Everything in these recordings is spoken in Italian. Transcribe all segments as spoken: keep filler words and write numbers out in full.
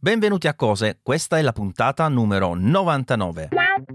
Benvenuti a Cose, questa è la puntata numero novantanove.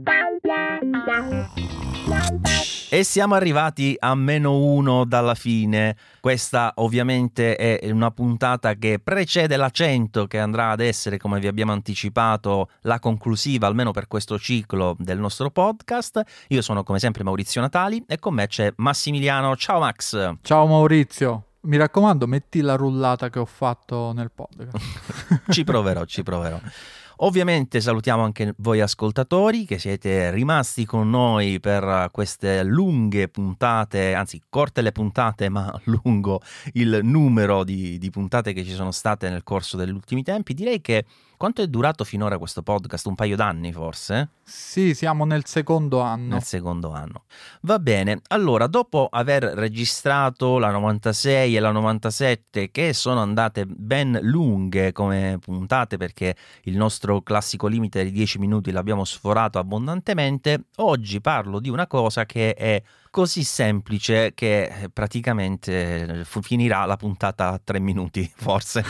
E siamo arrivati a meno uno dalla fine. Questa ovviamente è una puntata che precede la cento, che andrà ad essere, come vi abbiamo anticipato, la conclusiva, almeno per questo ciclo del nostro podcast. Io sono come sempre Maurizio Natali e con me c'è Massimiliano. Ciao Max! Ciao Maurizio! Mi raccomando, metti la rullata che ho fatto nel podcast. Ci proverò, ci proverò. Ovviamente salutiamo anche voi ascoltatori che siete rimasti con noi per queste lunghe puntate, anzi corte le puntate, ma lungo il numero di, di puntate che ci sono state nel corso degli ultimi tempi. Direi che quanto è durato finora questo podcast? Un paio d'anni forse? Sì, siamo nel secondo anno. Nel secondo anno. Va bene, allora dopo aver registrato la novantasei e la novantasette, che sono andate ben lunghe come puntate perché il nostro classico limite di dieci minuti l'abbiamo sforato abbondantemente, oggi parlo di una cosa che è così semplice che praticamente finirà la puntata a tre minuti, forse.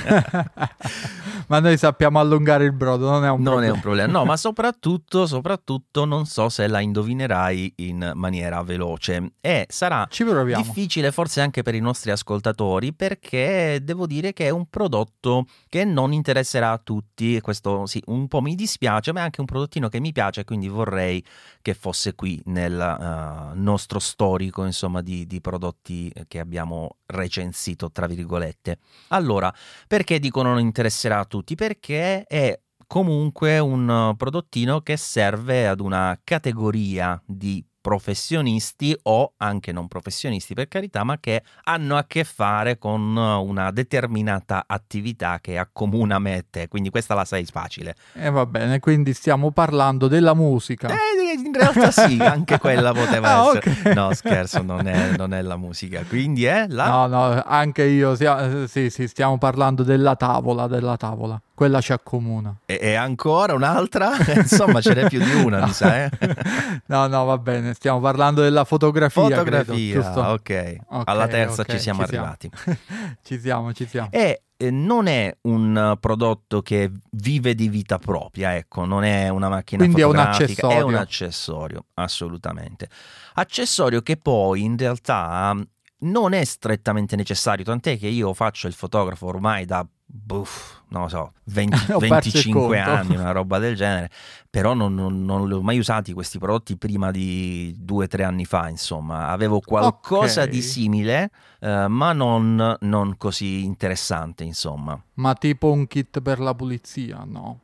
Ma noi sappiamo allungare il brodo, non è un non problema. Non è un problema, no, ma soprattutto, soprattutto non so se la indovinerai in maniera veloce. E sarà Ci proviamo. difficile forse anche per i nostri ascoltatori, perché devo dire che è un prodotto che non interesserà a tutti. Questo sì, un po' mi dispiace, ma è anche un prodottino che mi piace, quindi vorrei che fosse qui nel uh, nostro storico, insomma, di, di prodotti che abbiamo recensito, tra virgolette. Allora, perché dico non interesserà a tutti? Perché è comunque un prodottino che serve ad una categoria di professionisti o anche non professionisti, per carità, ma che hanno a che fare con una determinata attività che accomuna me e te, quindi questa la sai facile. E eh, va bene, quindi stiamo parlando della musica. Eh, in realtà sì, anche quella poteva ah, essere. Okay. No, scherzo, non è, non è la musica, quindi è la... No, no, anche io, sia, sì, sì, stiamo parlando della tavola, della tavola. Quella ci accomuna. E, e ancora un'altra? Insomma, ce n'è più di una, no. mi sa, eh? No, no, va bene, stiamo parlando della fotografia. Fotografia, credo, giusto? ok. Okay, alla terza okay, ci siamo ci arrivati. Siamo. ci siamo, ci siamo. E eh, non è un prodotto che vive di vita propria, ecco, non è una macchina Quindi fotografica, è un accessorio. È un accessorio, assolutamente. Accessorio che poi in realtà non è strettamente necessario, tant'è che io faccio il fotografo ormai da... Buff, non lo so, venti, venticinque anni, una roba del genere, però non, non, non li ho mai usati questi prodotti prima di due o tre anni fa, insomma, avevo qualcosa okay. di simile, eh, ma non, non così interessante, insomma. Ma tipo un kit per la pulizia, no?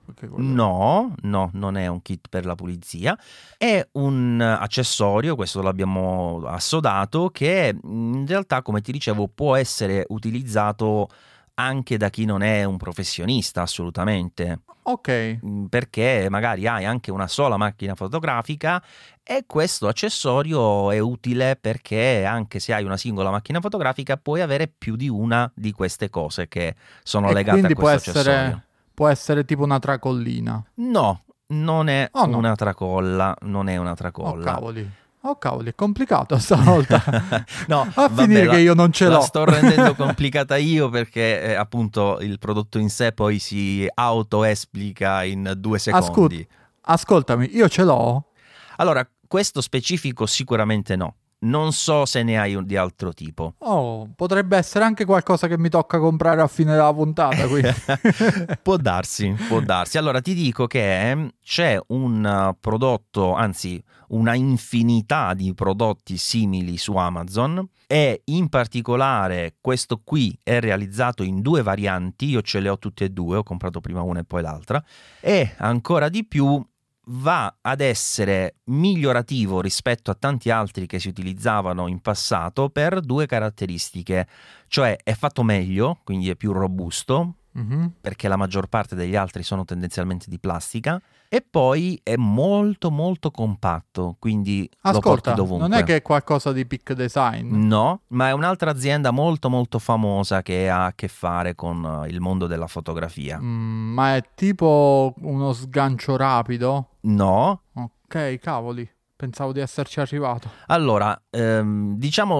No, no, non è un kit per la pulizia, è un accessorio, questo l'abbiamo assodato, che in realtà, come ti dicevo, può essere utilizzato anche da chi non è un professionista, assolutamente. Ok. Perché magari hai anche una sola macchina fotografica e questo accessorio è utile perché anche se hai una singola macchina fotografica puoi avere più di una di queste cose che sono e legate a questo può accessorio. Essere, può essere tipo una tracollina? No, non è oh, no. una tracolla, non è una tracolla. Oh cavoli. Oh cavoli, è complicato stavolta. No, a vabbè, finire la, che io non ce la l'ho. La sto rendendo complicata io perché eh, appunto il prodotto in sé poi si auto-esplica in due secondi. Ascol- ascoltami, io ce l'ho? Allora, questo specifico sicuramente no. Non so se ne hai un di altro tipo. Oh, potrebbe essere anche qualcosa che mi tocca comprare a fine della puntata. Quindi. può darsi, può darsi. Allora ti dico che c'è un prodotto, anzi una infinità di prodotti simili su Amazon e in particolare questo qui è realizzato in due varianti. Io ce le ho tutte e due, ho comprato prima una e poi l'altra, e ancora di più va ad essere migliorativo rispetto a tanti altri che si utilizzavano in passato per due caratteristiche, cioè è fatto meglio, quindi è più robusto, mm-hmm. perché la maggior parte degli altri sono tendenzialmente di plastica, e poi è molto molto compatto, quindi Ascolta, lo porti dovunque. Non è che è qualcosa di Peak Design? No, ma è un'altra azienda molto molto famosa che ha a che fare con il mondo della fotografia. Mm, ma è tipo uno sgancio rapido? No. Ok, cavoli, pensavo di esserci arrivato. Allora, ehm, diciamo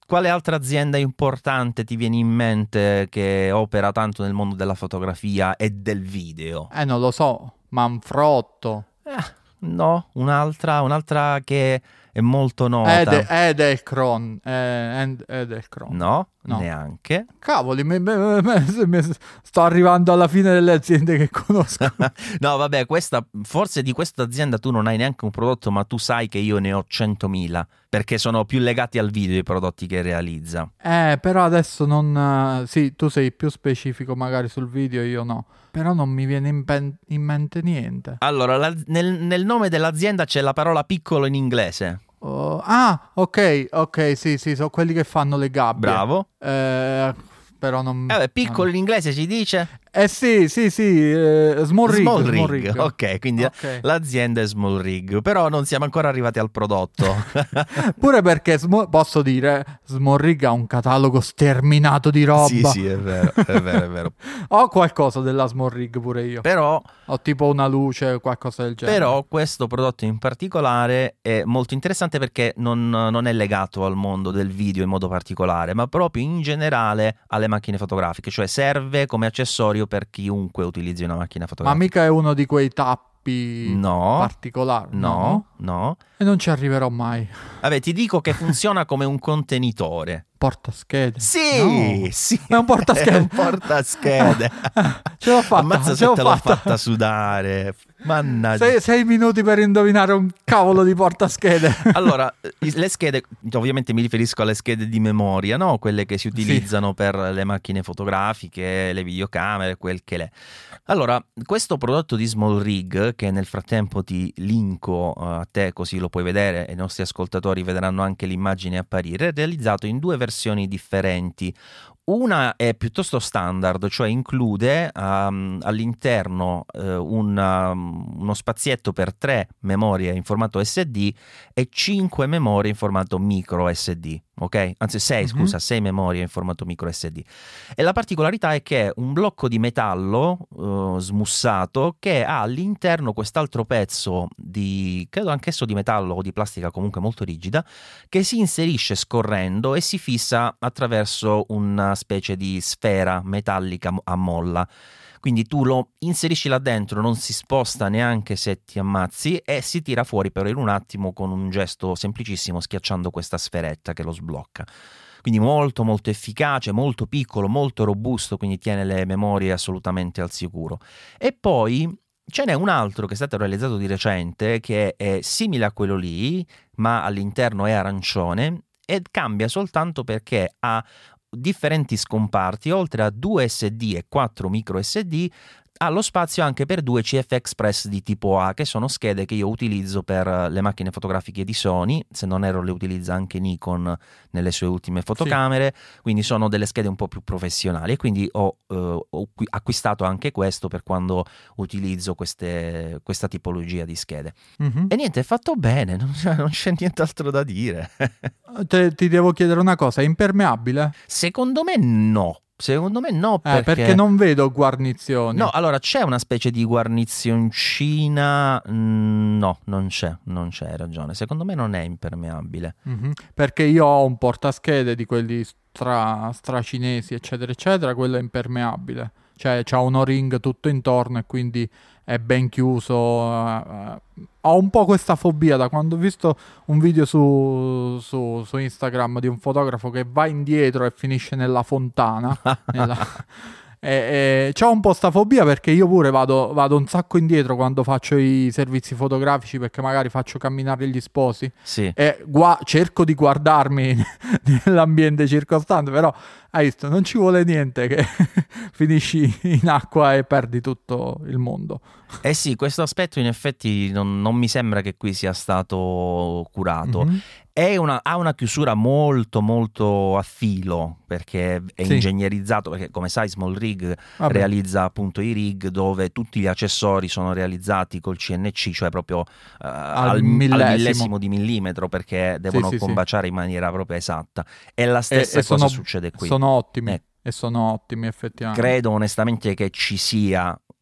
quale altra azienda importante ti viene in mente che opera tanto nel mondo della fotografia e del video? Eh, non lo so, Manfrotto. Eh, no, un'altra, un'altra che è molto nota. Ede- Edelkron. Eh, Ed- Edelkron. No, No. neanche. Cavoli, me- me- me- me- sto arrivando alla fine delle aziende che conosco. No, vabbè, questa, forse di questa azienda tu non hai neanche un prodotto, ma tu sai che io ne ho centomila, perché sono più legati al video i prodotti che realizza. Eh, però adesso non... eh, sì, tu sei più specifico magari sul video, io no. Però non mi viene in, pen- in mente niente. Allora, la- nel, nel nome dell'azienda c'è la parola piccolo in inglese. Oh, ah, ok, ok, sì, sì, sono quelli che fanno le gabbie. Bravo. Eh, però non... Eh, vabbè, piccolo non- in inglese si dice? Eh sì, sì, sì, eh, small rig. Small small rig. rig. Ok, quindi Ok. l'azienda è Small Rig, però non siamo ancora arrivati al prodotto. Pure perché, Smo- posso dire, Small Rig ha un catalogo sterminato di roba. Sì, sì, è vero, è vero, è vero. Ho qualcosa della Small Rig pure io. Però, Ho tipo una luce, qualcosa del genere. però questo prodotto in particolare è molto interessante perché non, non è legato al mondo del video in modo particolare, ma proprio in generale alle macchine fotografiche, cioè serve come accessorio per chiunque utilizzi una macchina Ma fotografica. mica è uno di quei tappi No, particolari. no, no. E non ci arriverò mai. Vabbè, ti dico che funziona come un contenitore. Portaschede. Sì, No. sì. È un portaschede. È un portaschede. Ce l'ho fatta, Ammazza ce se l'ho te l'ho fatta. fatta sudare. Mannaggia. Sei, sei minuti per indovinare un cavolo di portaschede. Allora, i- le schede, ovviamente mi riferisco alle schede di memoria, no? Quelle che si utilizzano per le macchine fotografiche, le videocamere, quel che l'è. Allora, questo prodotto di Small Rig, che nel frattempo ti linko eh, a te così lo puoi vedere e i nostri ascoltatori vedranno anche l'immagine apparire, è realizzato in due versioni differenti. Una è piuttosto standard, cioè include um, all'interno uh, un, um, uno spazietto per tre memorie in formato S D e cinque memorie in formato micro S D, ok? Anzi sei, Mhm. scusa, sei memorie in formato micro S D. E la particolarità è che è un blocco di metallo uh, smussato che ha all'interno quest'altro pezzo di, credo anch'esso di metallo o di plastica comunque molto rigida, che si inserisce scorrendo e si fissa attraverso una specie di sfera metallica a molla. Quindi tu lo inserisci là dentro, non si sposta neanche se ti ammazzi e si tira fuori però in un attimo con un gesto semplicissimo schiacciando questa sferetta che lo sblocca. Quindi molto molto efficace, molto piccolo, molto robusto, quindi tiene le memorie assolutamente al sicuro. E poi ce n'è un altro che è stato realizzato di recente che è simile a quello lì, ma all'interno è arancione e cambia soltanto perché ha differenti scomparti, oltre a due S D e quattro micro S D ha lo spazio anche per due C F Express di tipo A, che sono schede che io utilizzo per le macchine fotografiche di Sony, se non erro le utilizza anche Nikon nelle sue ultime fotocamere, sì. Quindi sono delle schede un po' più professionali e quindi ho, eh, ho acquistato anche questo per quando utilizzo queste, questa tipologia di schede. Mhm. E niente, è fatto bene, non c'è, non c'è nient'altro da dire. Te- ti devo chiedere una cosa, è impermeabile? Secondo me no. Secondo me no, Eh, perché... perché non vedo guarnizioni. No, allora c'è una specie di guarnizioncina. Mm, no, non c'è, non c'è, hai ragione. Secondo me non è impermeabile. Mhm. Perché io ho un portaschede di quelli stra, stracinesi, eccetera, eccetera, quello è impermeabile. Cioè c'ha un O-ring tutto intorno e quindi è ben chiuso. eh, eh. Ho un po' questa fobia da quando ho visto un video su, su, su Instagram di un fotografo che va indietro e finisce nella fontana. nella... E, e c'ho un po' sta fobia perché io pure vado, vado un sacco indietro quando faccio i servizi fotografici, perché magari faccio camminare gli sposi Sì. e gua- cerco di guardarmi nell'ambiente circostante, però hai visto, non ci vuole niente che finisci in acqua e perdi tutto il mondo. Eh sì, questo aspetto in effetti non, non mi sembra che qui sia stato curato. Mhm. È una, ha una chiusura molto molto a filo perché è Sì. ingegnerizzato, perché come sai Small Rig Vabbè. realizza appunto i rig dove tutti gli accessori sono realizzati col C N C, cioè proprio eh, al, al millesimo. millesimo di millimetro, perché devono sì, sì. combaciare in maniera proprio esatta. E la E, stessa e cosa sono, succede qui. sono ottimi. Ecco. E sono ottimi effettivamente. Credo onestamente che ci sia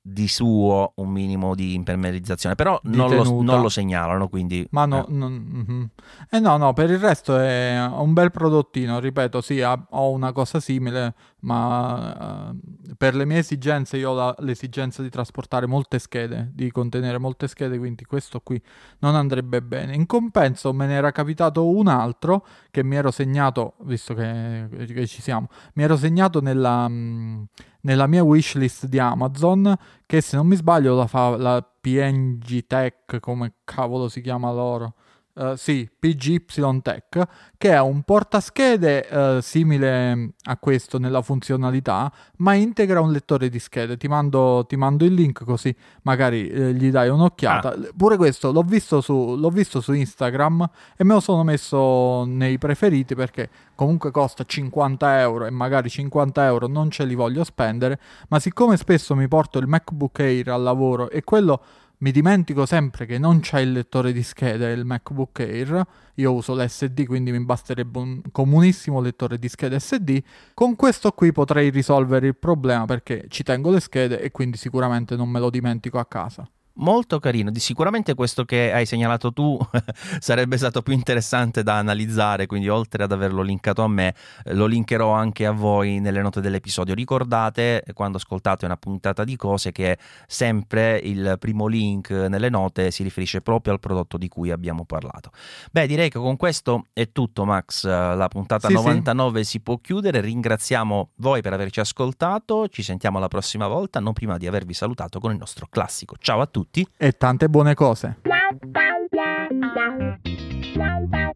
di suo un minimo di impermeabilizzazione, però Di non lo, tenuta. non lo segnalano, quindi Ma no, eh. non- mhm. Eh no, no, per il resto è un bel prodottino, ripeto, sì, ha- ho una cosa simile, ma eh, per le mie esigenze io ho la- l'esigenza di trasportare molte schede, di contenere molte schede, quindi questo qui non andrebbe bene. In compenso me ne era capitato un altro che mi ero segnato, visto che, che ci siamo, mi ero segnato nella, mh, nella mia wishlist di Amazon, che se non mi sbaglio la fa la P N G Tech, come cavolo si chiama loro? Eh, sì, P G Y Tech, che è un portaschede eh, simile a questo nella funzionalità, ma integra un lettore di schede. Ti mando, ti mando il link così magari eh, gli dai un'occhiata. Ah. Pure questo l'ho visto, su, l'ho visto su Instagram e me lo sono messo nei preferiti perché comunque costa cinquanta euro e magari cinquanta euro non ce li voglio spendere, ma siccome spesso mi porto il MacBook Air al lavoro e quello mi dimentico sempre che non c'è il lettore di schede il MacBook Air, io uso l'S D, quindi mi basterebbe un comunissimo lettore di schede S D, con questo qui potrei risolvere il problema perché ci tengo le schede e quindi sicuramente non me lo dimentico a casa. Molto carino, di sicuramente questo che hai segnalato tu sarebbe stato più interessante da analizzare, quindi oltre ad averlo linkato a me, eh, lo linkerò anche a voi nelle note dell'episodio. Ricordate, quando ascoltate una puntata di cose, che sempre il primo link nelle note si riferisce proprio al prodotto di cui abbiamo parlato. Beh, direi che con questo è tutto, Max. La puntata Sì, novantanove sì. si può chiudere. Ringraziamo voi per averci ascoltato, ci sentiamo la prossima volta, non prima di avervi salutato con il nostro classico. Ciao a tutti E tante buone cose. Wow, wow, wow, wow. Wow, wow.